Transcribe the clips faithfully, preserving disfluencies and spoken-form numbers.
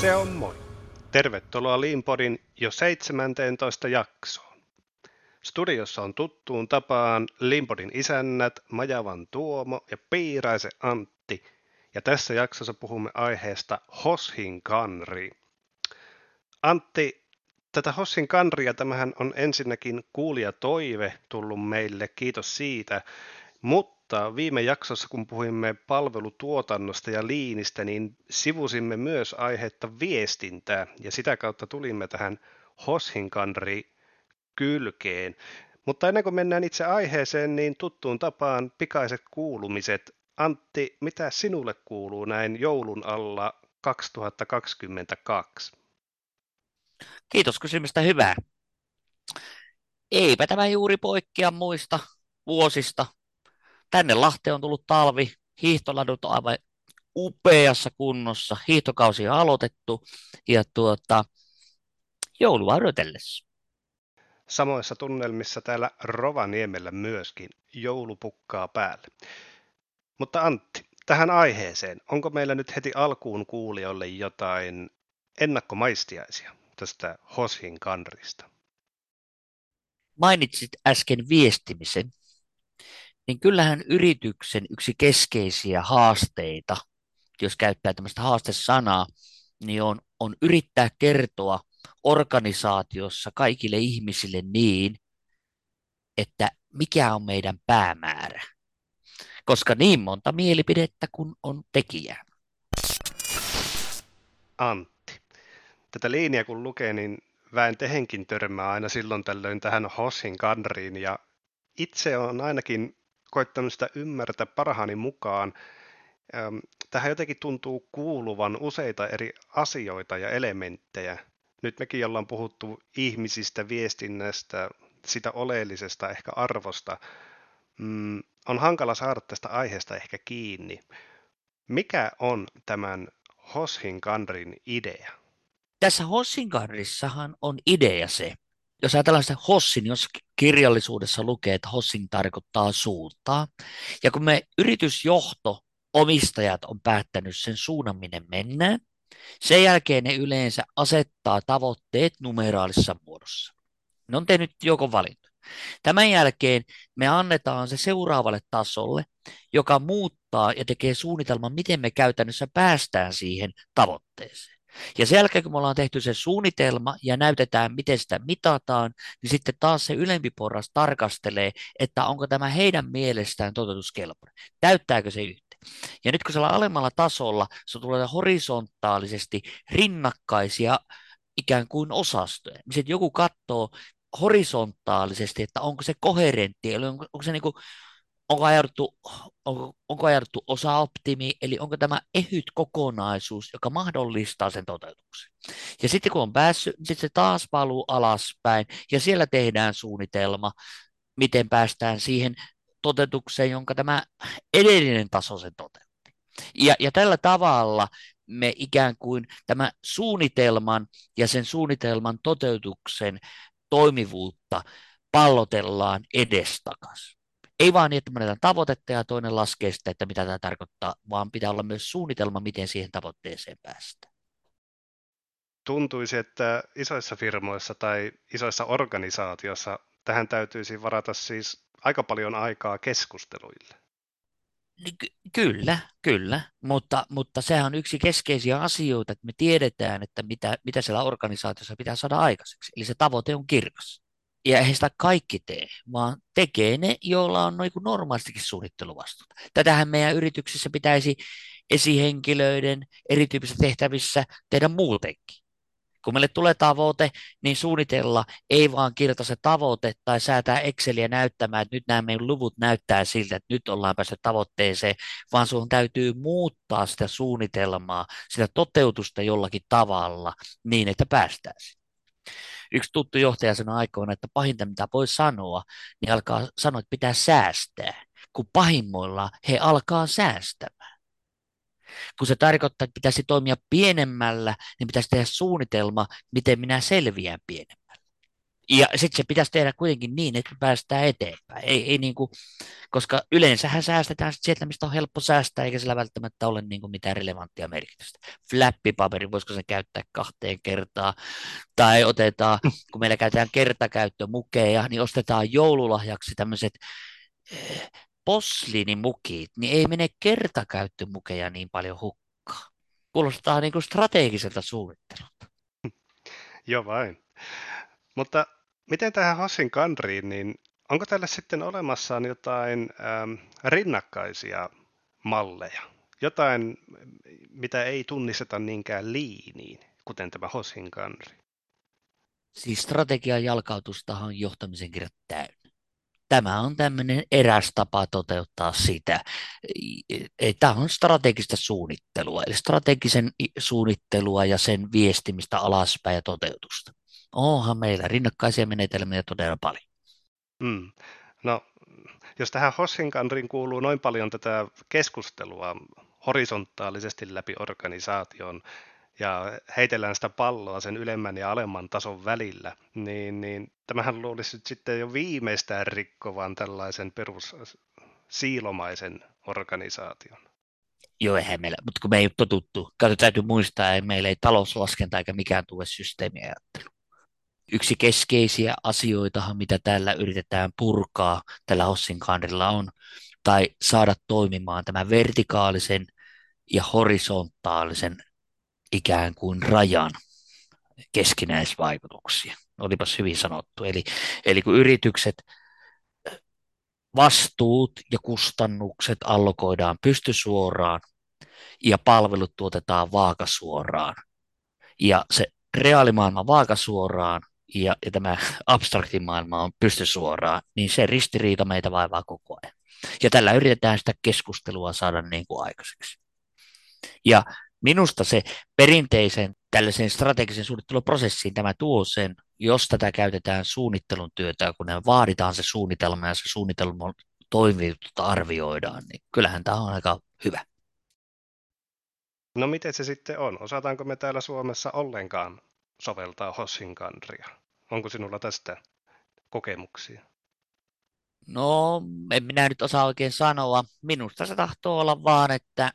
Se on moi. Tervetuloa Leanpodin jo seitsemänteentoista jaksoon. Studiossa on tuttuun tapaan Leanpodin isännät Majavan Tuomo ja Piiraisen Antti. Ja tässä jaksossa puhumme aiheesta Hoshin kanri. Antti, tätä Hoshin kanria, tämähän on ensinnäkin kuulijatoive tullut meille, kiitos siitä. Mutta viime jaksossa, kun puhuimme palvelutuotannosta ja liinistä, niin sivusimme myös aihetta viestintää, ja sitä kautta tulimme tähän Hoshin kanri kylkeen. Mutta ennen kuin mennään itse aiheeseen, niin tuttuun tapaan pikaiset kuulumiset. Antti, mitä sinulle kuuluu näin joulun alla kaksituhattakaksikymmentäkaksi? Kiitos kysymystä, hyvää. Eipä tämä juuri poikkea muista vuosista. Tänne Lahteen on tullut talvi, hiihtoladut on aivan upeassa kunnossa, hiihtokausi on aloitettu ja tuota, joulua odotellessa. Samoissa tunnelmissa täällä Rovaniemellä myöskin joulupukkaa päälle. Mutta Antti, tähän aiheeseen, onko meillä nyt heti alkuun kuulijoille jotain ennakkomaistiaisia tästä Hoshin kanrista? Mainitsit äsken viestimisen, niin kyllähän yrityksen yksi keskeisiä haasteita, jos käyttää tämmöistä haastesanaa, niin on, on yrittää kertoa organisaatiossa kaikille ihmisille niin, että mikä on meidän päämäärä, koska niin monta mielipidettä kuin on tekijää. Antti, tätä liiniä kun lukee, niin väen tehenkin törmää aina silloin tällöin tähän Hoshin kanriin, ja itse on ainakin koittanut sitä ymmärtää parhaani mukaan. Ähm, Tähän jotenkin tuntuu kuuluvan useita eri asioita ja elementtejä. Nyt mekin ollaan puhuttu ihmisistä, viestinnästä, sitä oleellisesta, ehkä arvosta. Mm, on hankala saada tästä aiheesta ehkä kiinni. Mikä on tämän Hoshin kanrin idea? Tässä Hossinkanrissahan on idea se, jos ajatellaan sitä Hossin, jos kirjallisuudessa lukee, että Hossin tarkoittaa suuntaa, ja kun me yritysjohto, omistajat on päättänyt sen suunnan, minne mennään, sen jälkeen ne yleensä asettaa tavoitteet numeraalisessa muodossa. Ne on tehnyt joko valinta. Tämän jälkeen me annetaan se seuraavalle tasolle, joka muuttaa ja tekee suunnitelman, miten me käytännössä päästään siihen tavoitteeseen. Ja sen jälkeen, kun me ollaan tehty se suunnitelma ja näytetään, miten sitä mitataan, niin sitten taas se ylempi porras tarkastelee, että onko tämä heidän mielestään toteutuskelpoinen. Täyttääkö se yhteen? Ja nyt kun se on alemmalla tasolla, se tulee horisontaalisesti rinnakkaisia ikään kuin osastoja. Sitten joku katsoo horisontaalisesti, että onko se koherentti, eli onko, onko se niin kuin, onko ajauduttu, onko, onko ajauduttu osaoptimi, eli onko tämä ehyt kokonaisuus, joka mahdollistaa sen toteutuksen. Ja sitten kun on päässyt, niin sitten se taas paluu alaspäin, ja siellä tehdään suunnitelma, miten päästään siihen toteutukseen, jonka tämä edellinen taso sen toteutti. Ja, ja tällä tavalla me ikään kuin tämä suunnitelman ja sen suunnitelman toteutuksen toimivuutta pallotellaan edestakas. Ei vaan niin, että me annetaan tavoitetta ja toinen laskee sitä, että mitä tämä tarkoittaa, vaan pitää olla myös suunnitelma, miten siihen tavoitteeseen päästään. Tuntuisi, että isoissa firmoissa tai isoissa organisaatioissa tähän täytyisi varata siis aika paljon aikaa keskusteluille. Niin ky- Kyllä, kyllä, mutta, mutta sehän on yksi keskeisiä asioita, että me tiedetään, että mitä, mitä siellä organisaatiossa pitää saada aikaiseksi. Eli se tavoite on kirkas. Ja eihän sitä kaikki tee, vaan tekee ne, joilla on niin kuin normaalistikin suunnitteluvastuuta. Tätähän meidän yrityksissä pitäisi esihenkilöiden erityyppisissä tehtävissä tehdä muutenkin. Kun meille tulee tavoite, niin suunnitella ei vaan kirjoita se tavoite tai säätää Exceliä näyttämään, että nyt nämä meidän luvut näyttää siltä, että nyt ollaan päästy tavoitteeseen, vaan sinun täytyy muuttaa sitä suunnitelmaa, sitä toteutusta jollakin tavalla niin, että päästään siihen. Yksi tuttu johtaja sanoi aikoina, että pahinta mitä voi sanoa, niin alkaa sanoa, että pitää säästää, kun pahimmoillaan he alkaa säästämään. Kun se tarkoittaa, että pitäisi toimia pienemmällä, niin pitäisi tehdä suunnitelma, miten minä selviän pienemmällä. Ja sitten se pitäisi tehdä kuitenkin niin, että päästään eteenpäin. Ei, ei niin kuin, koska yleensähän säästetään sit sieltä, mistä on helppo säästää, eikä sillä välttämättä ole niin kuin mitään relevanttia merkitystä. Flappipaperi, voisiko se käyttää kahteen kertaan? Tai otetaan, kun meillä käytetään kertakäyttömukeja, niin ostetaan joululahjaksi tämmöiset eh, posliinimukit, niin ei mene kertakäyttömukeja niin paljon hukkaan. Kuulostaa niin kuin strategiselta suunnittelulta. Jo vain. Mutta miten tähän Hossin kanriin, niin onko tällä sitten olemassaan jotain ähm, rinnakkaisia malleja? Jotain, mitä ei tunnisteta niinkään liiniin, kuten tämä Hossin kanri. Siis strategian jalkautustahan on johtamisen kirjat täynnä. Tämä on tämmöinen eräs tapa toteuttaa sitä. Tämä on strategista suunnittelua, eli strategisen suunnittelua ja sen viestimistä alaspäin ja toteutusta. Onhan meillä rinnakkaisia menetelmiä todella paljon. Mm. No, jos tähän Hossin kanriin kuuluu noin paljon tätä keskustelua horisontaalisesti läpi organisaation ja heitellään sitä palloa sen ylemmän ja alemman tason välillä, niin, niin tämähän luulisi nyt sitten jo viimeistään rikkovan tällaisen perus siilomaisen organisaation. Joo, eihän meillä, mutta kun me ei ole totuttu, kato, täytyy muistaa, että meillä ei talouslaskenta eikä mikään tule systeemiajattelu. Yksi keskeisiä asioita, mitä täällä yritetään purkaa, tällä Hossin kanrilla on, tai saada toimimaan tämä vertikaalisen ja horisontaalisen ikään kuin rajan keskinäisvaikutuksia. Olipas hyvin sanottu. Eli, eli kun yritykset vastuut ja kustannukset allokoidaan pystysuoraan ja palvelut tuotetaan vaakasuoraan ja se reaalimaailma vaakasuoraan ja, ja tämä abstraktimaailma on pystysuoraan, niin se ristiriita meitä vaivaa koko ajan. Ja tällä yritetään sitä keskustelua saada niin kuin aikaiseksi. Ja minusta se perinteisen tällaisen strategisen suunnitteluprosessiin tämä tuo sen, jos tätä käytetään suunnittelun työtä, kun ne vaaditaan se suunnitelma ja se suunnitelman toimivuutta arvioidaan, niin kyllähän tämä on aika hyvä. No miten se sitten on? Osataanko me täällä Suomessa ollenkaan soveltaa Hossin kanria? Onko sinulla tästä kokemuksia? No, en minä nyt osaa oikein sanoa. Minusta se tahtoo olla vaan, että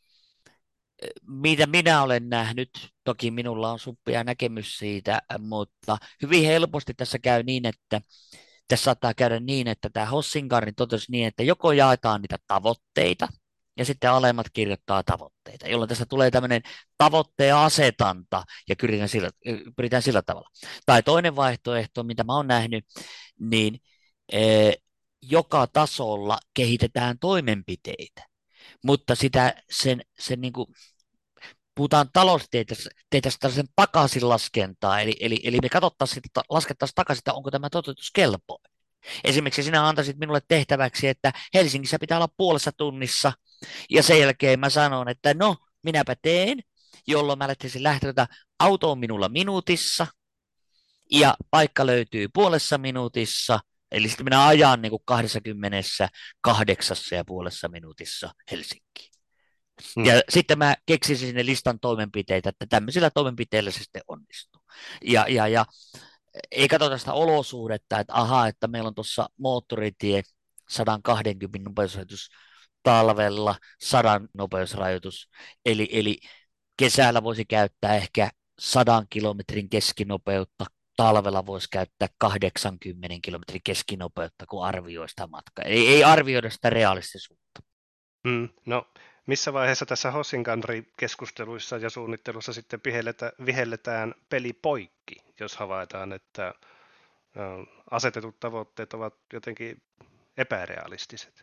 mitä minä olen nähnyt, toki minulla on suppia näkemys siitä, mutta hyvin helposti tässä käy niin, että tässä saattaa käydä niin, että tämä Hossinkarin totesi niin, että joko jaetaan niitä tavoitteita, ja sitten alemmat kirjoittaa tavoitteita, jolloin tässä tulee tämmöinen tavoitteen asetanta, ja pyritään sillä, pyritään sillä tavalla. Tai toinen vaihtoehto, mitä mä oon nähnyt, niin eh, joka tasolla kehitetään toimenpiteitä, mutta sitä sen, sen niin kuin puhutaan taloustieteessä tällaisen takaisinlaskentaa, eli, eli, eli me katsottaisiin, laskettaisiin takaisin, että onko tämä toteutus kelpoinen. Esimerkiksi sinä antaisit minulle tehtäväksi, että Helsingissä pitää olla puolessa tunnissa, ja sen jälkeen mä sanon, että no, minäpä teen, jolloin mä lähtisin lähteä, auto on minulla minuutissa, ja paikka löytyy puolessa minuutissa, eli sitten minä ajan niin kuin kaksikymmentäkahdeksan ja puolessa minuutissa Helsinkiin. Hmm. Ja sitten mä keksisin sinne listan toimenpiteitä, että tämmöisillä toimenpiteillä se sitten onnistuu. Ja, ja, ja ei katsota sitä olosuhdetta, että ahaa, että meillä on tuossa moottoritie sata kaksikymmentä nopeusrajoitus, talvella sata nopeusrajoitus, eli, eli kesällä voisi käyttää ehkä sadan kilometrin keskinopeutta, talvella voisi käyttää kahdeksankymmentä kilometrin keskinopeutta, kun arvioi sitä matkaa. Ei, ei arvioida sitä realistisuutta. Hmm. No, missä vaiheessa tässä Hossin kanri-keskusteluissa ja suunnittelussa sitten vihelletään peli poikki, jos havaitaan, että asetetut tavoitteet ovat jotenkin epärealistiset?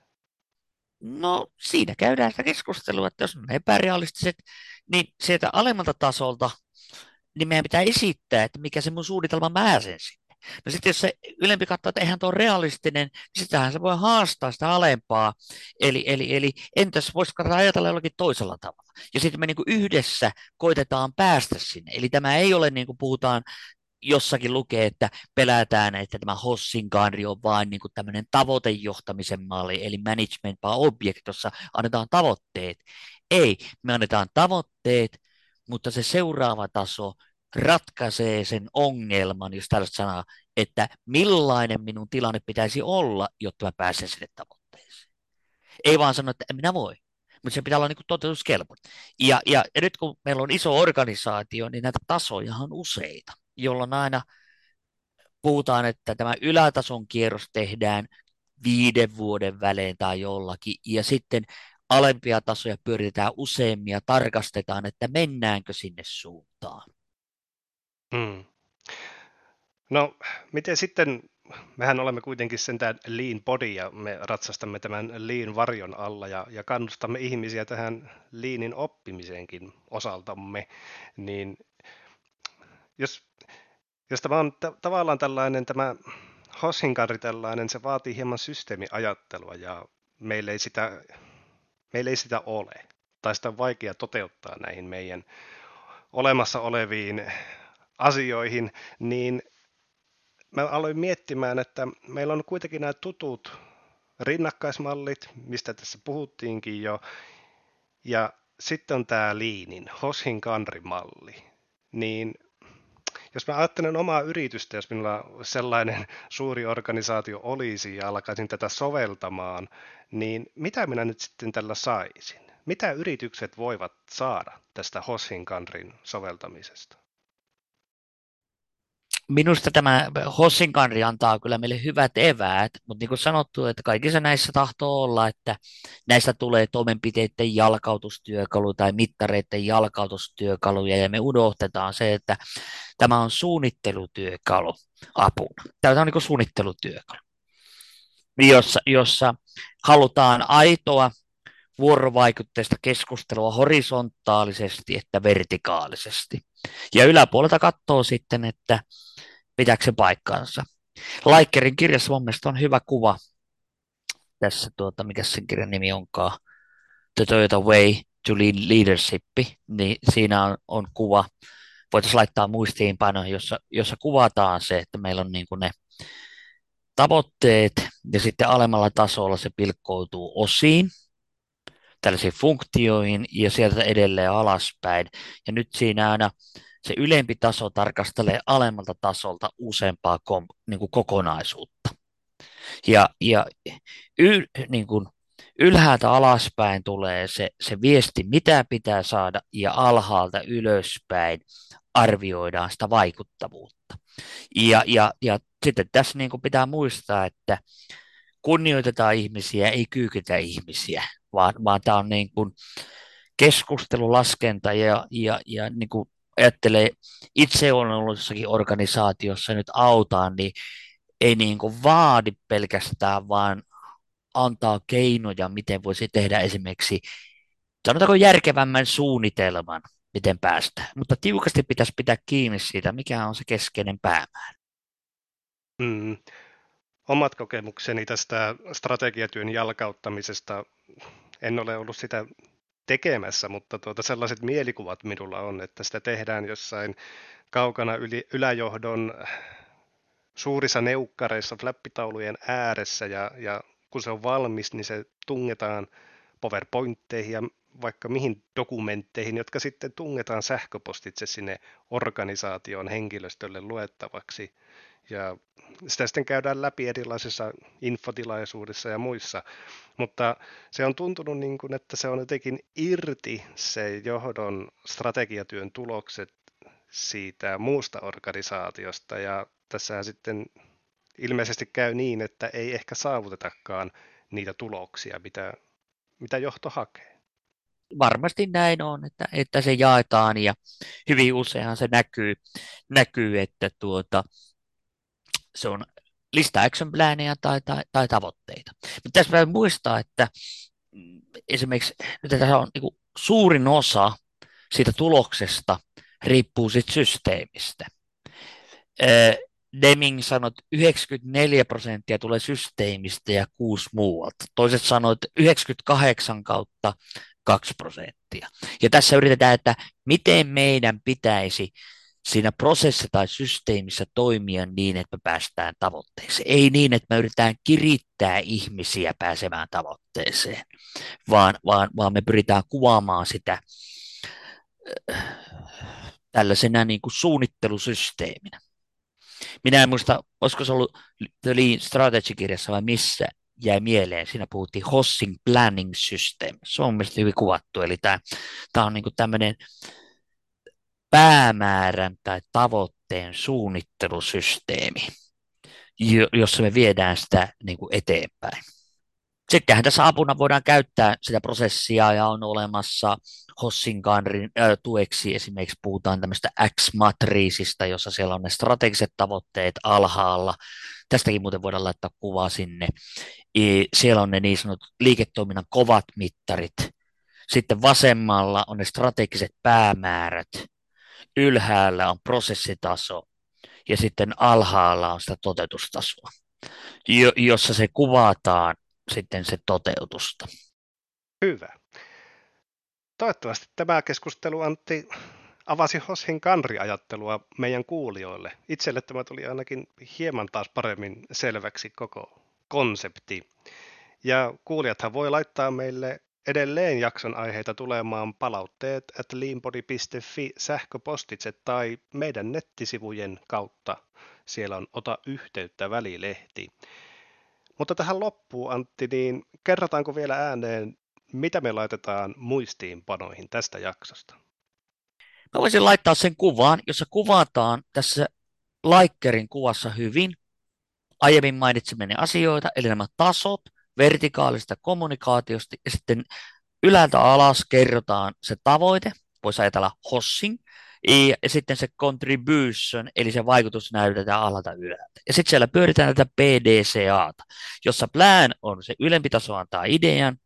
No siinä käydään sitä keskustelua, että jos on epärealistiset, niin sieltä alemmalta tasolta niin meidän pitää esittää, että mikä se mun suunnitelma määrä sen sinne. No sitten jos se ylempi katsoo, että eihän tuo ole realistinen, niin sitähän se voi haastaa sitä alempaa. Eli, eli, eli entäs voisiko ajatella jollakin toisella tavalla? Ja sitten me niin kuin yhdessä koitetaan päästä sinne. Eli tämä ei ole niin kuin puhutaan, jossakin lukee, että pelätään, että tämä Hossin kanri on vain niin kuin tämmöinen tavoitejohtamisen malli, eli management by object, jossa annetaan tavoitteet. Ei, me annetaan tavoitteet, mutta se seuraava taso ratkaisee sen ongelman, jos tällaista sanaa, että millainen minun tilanne pitäisi olla, jotta mä pääsen sinne tavoitteeseen. Ei vaan sano, että en minä voi, mutta se pitää olla niin kuin toteutuskelpoinen. Ja, ja, ja nyt kun meillä on iso organisaatio, niin näitä tasoja on useita, jolloin aina puhutaan, että tämä ylätason kierros tehdään viiden vuoden välein tai jollakin, ja sitten alempia tasoja pyöritetään useammin ja tarkastetaan, että mennäänkö sinne suuntaan. Mm. No, miten sitten, mehän olemme kuitenkin sentään lean body ja me ratsastamme tämän lean varjon alla ja, ja kannustamme ihmisiä tähän leanin oppimiseenkin osaltamme, niin jos, jos tämä on ta- tavallaan tällainen, tämä Hoshinkanri tällainen, se vaatii hieman systeemiajattelua ja meillä ei sitä, meillä ei sitä ole, tai sitä on vaikea toteuttaa näihin meidän olemassa oleviin asioihin, niin mä aloin miettimään, että meillä on kuitenkin nämä tutut rinnakkaismallit, mistä tässä puhuttiinkin jo, ja sitten on tämä Leanin, Hoshinkanri-malli. Niin jos mä ajattelen omaa yritystä, jos minulla sellainen suuri organisaatio olisi ja alkaisin tätä soveltamaan, niin mitä minä nyt sitten tällä saisin? Mitä yritykset voivat saada tästä Hoshinkanrin soveltamisesta? Minusta tämä Hoshinkanri antaa kyllä meille hyvät eväät, mutta niin kuin sanottu, että kaikissa näissä tahtoo olla, että näistä tulee toimenpiteiden jalkautustyökalu tai mittareiden jalkautustyökaluja, ja me unohdetaan se, että tämä on suunnittelutyökalu apuna. Tämä on niin kuin suunnittelutyökalu, jossa, jossa halutaan aitoa vuorovaikutteista keskustelua horisontaalisesti että vertikaalisesti. Ja yläpuolelta katsoo sitten, että pitääkö se paikkaansa. Laikerin kirjassa mun mielestä on hyvä kuva tässä, tuota, mikä sen kirjan nimi onkaan, The Toyota Way to Leadership, niin siinä on, on kuva, voitaisiin laittaa muistiinpanoihin, jossa, jossa kuvataan se, että meillä on niin kuin ne tavoitteet ja sitten alemmalla tasolla se pilkkoutuu osiin, tällaisiin funktioihin ja sieltä edelleen alaspäin. Ja nyt siinä aina se ylempi taso tarkastelee alemmalta tasolta useampaa kom, niin kuin kokonaisuutta. Ja, ja yl, niin kuin ylhäältä alaspäin tulee se, se viesti, mitä pitää saada, ja alhaalta ylöspäin arvioidaan sitä vaikuttavuutta. Ja, ja, ja sitten tässä niin kuin pitää muistaa, että kunnioitetaan ihmisiä, ei kyykytä ihmisiä, vaan, vaan tämä on niin kuin keskustelulaskenta ja, ja, ja niin kuin ajattelee, itse olen ollut jossakin organisaatiossa nyt autaan, niin ei niin kuin vaadi pelkästään, vaan antaa keinoja, miten voisi tehdä esimerkiksi, sanotaanko järkevämmän suunnitelman, miten päästään. Mutta tiukasti pitäisi pitää kiinni siitä, mikä on se keskeinen päämäärä. Mm. Omat kokemukseni tästä strategiatyön jalkauttamisesta, en ole ollut sitä tekemässä, mutta tuota, sellaiset mielikuvat minulla on, että sitä tehdään jossain kaukana yli, yläjohdon suurissa neukkareissa flappitaulujen ääressä ja, ja kun se on valmis, niin se tungetaan PowerPointteihin ja vaikka mihin dokumentteihin, jotka sitten tungetaan sähköpostitse sinne organisaation henkilöstölle luettavaksi. Ja sitä sitten käydään läpi erilaisissa infotilaisuudissa ja muissa, mutta se on tuntunut niin kuin, että se on jotenkin irti se johdon strategiatyön tulokset siitä muusta organisaatiosta, ja tässähän sitten ilmeisesti käy niin, että ei ehkä saavutetakaan niitä tuloksia, mitä, mitä johto hakee. Varmasti näin on, että, että se jaetaan, ja hyvin useinhan se näkyy, näkyy että tuota, se on lista action planeja tai, tai, tai tavoitteita. Mutta tässä pitää muistaa, että esimerkiksi nyt tässä on niin kuin suurin osa siitä tuloksesta riippuu siitä systeemistä. Deming sanoi, että yhdeksänkymmentäneljä prosenttia tulee systeemistä ja kuusi muualta. Toiset sanoivat, että yhdeksänkymmentäkahdeksan kautta kaksi prosenttia. Ja tässä yritetään, että miten meidän pitäisi siinä prosessissa tai systeemissä toimia niin, että me päästään tavoitteeseen. Ei niin, että me yritetään kirittää ihmisiä pääsemään tavoitteeseen, vaan, vaan, vaan me pyritään kuvaamaan sitä tällaisena niin kuin suunnittelusysteeminä. Minä en muista, olisiko se ollut The Lean Strategy-kirjassa vai missä jäi mieleen. Siinä puhuttiin Hossing Planning System. Se on mielestäni hyvin kuvattu. Eli tämä, tämä on niin kuin tämmöinen päämäärän tai tavoitteen suunnittelusysteemi, jossa me viedään sitä niin kuin eteenpäin. Sittenhän tässä apuna voidaan käyttää sitä prosessia ja on olemassa Hossinkanrin äh, tueksi esimerkiksi puhutaan tämmöistä X-matriisista, jossa siellä on ne strategiset tavoitteet alhaalla. Tästäkin muuten voidaan laittaa kuva sinne. I, siellä on ne niin sanotut liiketoiminnan kovat mittarit. Sitten vasemmalla on ne strategiset päämäärät. Ylhäällä on prosessitaso ja sitten alhaalla on sitä toteutustasoa, jo, jossa se kuvataan sitten se toteutusta. Hyvä. Toivottavasti tämä keskustelu, Antti, avasi Hoshin kanri-ajattelua meidän kuulijoille. Itselle tämä tuli ainakin hieman taas paremmin selväksi koko konsepti. Ja kuulijathan voi laittaa meille edelleen jakson aiheita tulemaan palautteet at leanbody piste fi sähköpostitse tai meidän nettisivujen kautta. Siellä on Ota yhteyttä -välilehti. Mutta tähän loppuun, Antti, niin kerrotaanko vielä ääneen, mitä me laitetaan muistiinpanoihin tästä jaksosta? Mä voisin laittaa sen kuvaan, jossa kuvataan tässä Laikkerin kuvassa hyvin aiemmin mainitsemani asioita, eli nämä tasot vertikaalista kommunikaatiosta, ja sitten ylältä alas kerrotaan se tavoite, voisi ajatella Hossing, ja, ja sitten se contribution, eli se vaikutus näytetään alhaalta ylhäältä. Ja sitten siellä pyöritään tätä P D C A:ta, jossa plan on se ylempi taso antaa idean,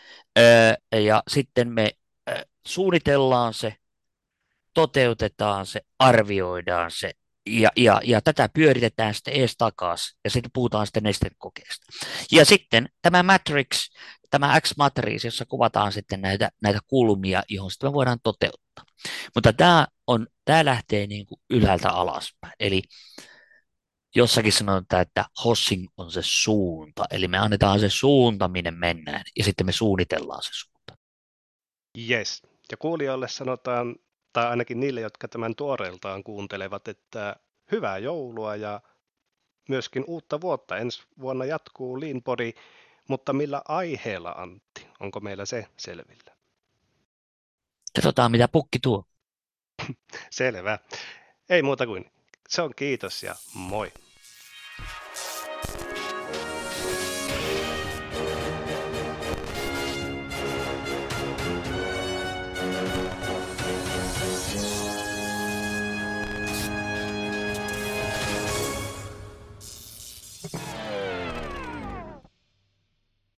ja sitten me suunnitellaan se, toteutetaan se, arvioidaan se, ja, ja, ja tätä pyöritetään sitten ees takaisin, ja sitten puhutaan sitten nestekokeesta. Ja sitten tämä matrix, tämä X-matriisi, jossa kuvataan sitten näitä, näitä kulmia, johon sitten me voidaan toteuttaa. Mutta tämä, on, tämä lähtee niin kuin ylhäältä alaspäin, eli jossakin sanotaan, että Hossing on se suunta, eli me annetaan se suunta, minne mennään, ja sitten me suunnitellaan se suunta. Yes, ja kuulijoille sanotaan, tai ainakin niille, jotka tämän tuoreeltaan kuuntelevat, että hyvää joulua ja myöskin uutta vuotta. Ensi vuonna jatkuu LeanBody, mutta millä aiheella, Antti? Onko meillä se selvillä? Katsotaan, mitä pukki tuo. Selvä. Ei muuta kuin se on kiitos ja moi.